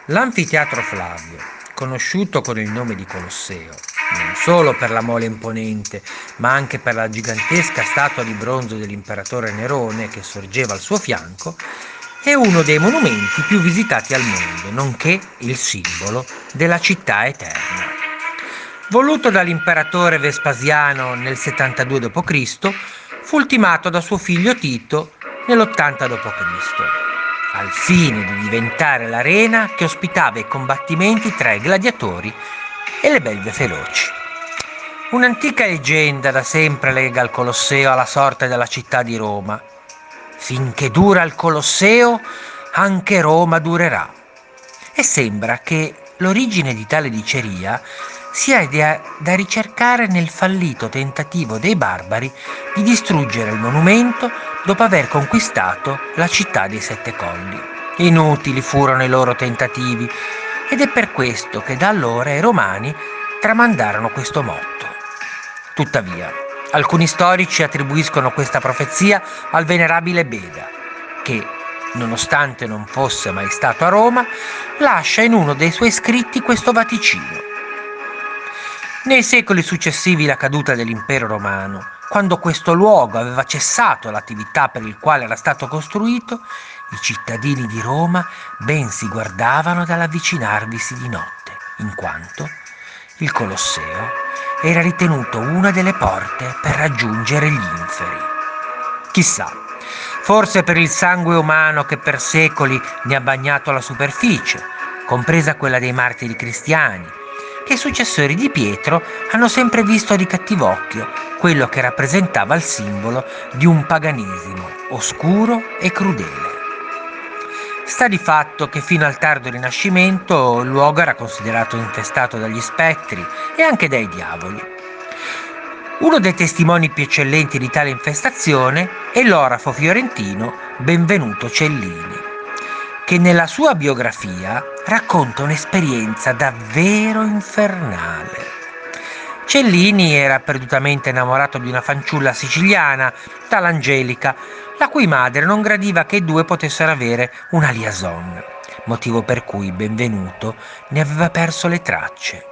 L'anfiteatro Flavio, conosciuto con il nome di Colosseo, non solo per la mole imponente, ma anche per la gigantesca statua di bronzo dell'imperatore Nerone che sorgeva al suo fianco, è uno dei monumenti più visitati al mondo, nonché il simbolo della città eterna. Voluto dall'imperatore Vespasiano nel 72 d.C., fu ultimato da suo figlio Tito nell'80 d.C., al fine di diventare l'arena che ospitava i combattimenti tra i gladiatori e le belve feroci. Un'antica leggenda da sempre lega il Colosseo alla sorte della città di Roma. Finché dura il Colosseo, anche Roma durerà. E sembra che l'origine di tale diceria sia da ricercare nel fallito tentativo dei barbari di distruggere il monumento dopo aver conquistato la città dei Sette Colli. Inutili furono i loro tentativi ed è per questo che da allora i romani tramandarono questo motto. Tuttavia, alcuni storici attribuiscono questa profezia al venerabile Beda, che, nonostante non fosse mai stato a Roma, lascia in uno dei suoi scritti questo vaticino. Nei secoli successivi alla caduta dell'impero romano, quando questo luogo aveva cessato l'attività per il quale era stato costruito, i cittadini di Roma ben si guardavano dall'avvicinarvisi di notte, in quanto il Colosseo era ritenuto una delle porte per raggiungere gli inferi. Chissà, forse per il sangue umano che per secoli ne ha bagnato la superficie, compresa quella dei martiri cristiani, che i successori di Pietro hanno sempre visto di cattivo occhio quello che rappresentava il simbolo di un paganesimo oscuro e crudele. Sta di fatto che fino al tardo Rinascimento il luogo era considerato infestato dagli spettri e anche dai diavoli. Uno dei testimoni più eccellenti di tale infestazione è l'orafo fiorentino Benvenuto Cellini, che nella sua biografia racconta un'esperienza davvero infernale. Cellini era perdutamente innamorato di una fanciulla siciliana, tale Angelica, la cui madre non gradiva che i due potessero avere una liaison, motivo per cui Benvenuto ne aveva perso le tracce.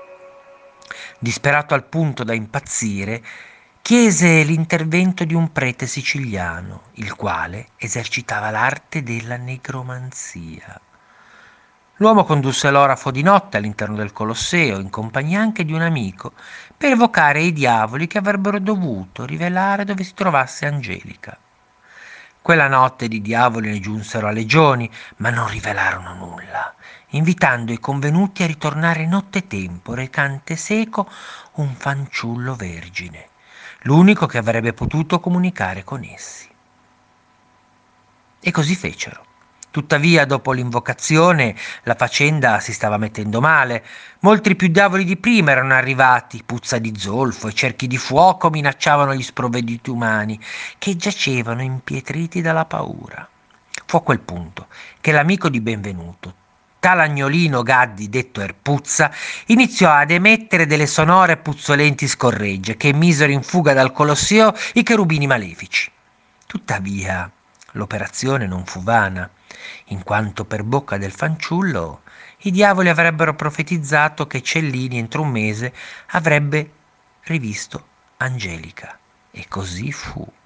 Disperato al punto da impazzire, chiese l'intervento di un prete siciliano, il quale esercitava l'arte della negromanzia. L'uomo condusse l'orafo di notte all'interno del Colosseo, in compagnia anche di un amico, per evocare i diavoli che avrebbero dovuto rivelare dove si trovasse Angelica. Quella notte di diavoli ne giunsero a legioni, ma non rivelarono nulla, invitando i convenuti a ritornare nottetempo, recante seco un fanciullo vergine, l'unico che avrebbe potuto comunicare con essi. E così fecero. Tuttavia, dopo l'invocazione, la faccenda si stava mettendo male. Molti più diavoli di prima erano arrivati, puzza di zolfo e cerchi di fuoco minacciavano gli sprovveduti umani, che giacevano impietriti dalla paura. Fu a quel punto che l'amico di Benvenuto, tal Agnolino Gaddi, detto Erpuzza, iniziò ad emettere delle sonore e puzzolenti scorregge che misero in fuga dal Colosseo i cherubini malefici. Tuttavia, l'operazione non fu vana, in quanto per bocca del fanciullo i diavoli avrebbero profetizzato che Cellini entro un mese avrebbe rivisto Angelica. E così fu.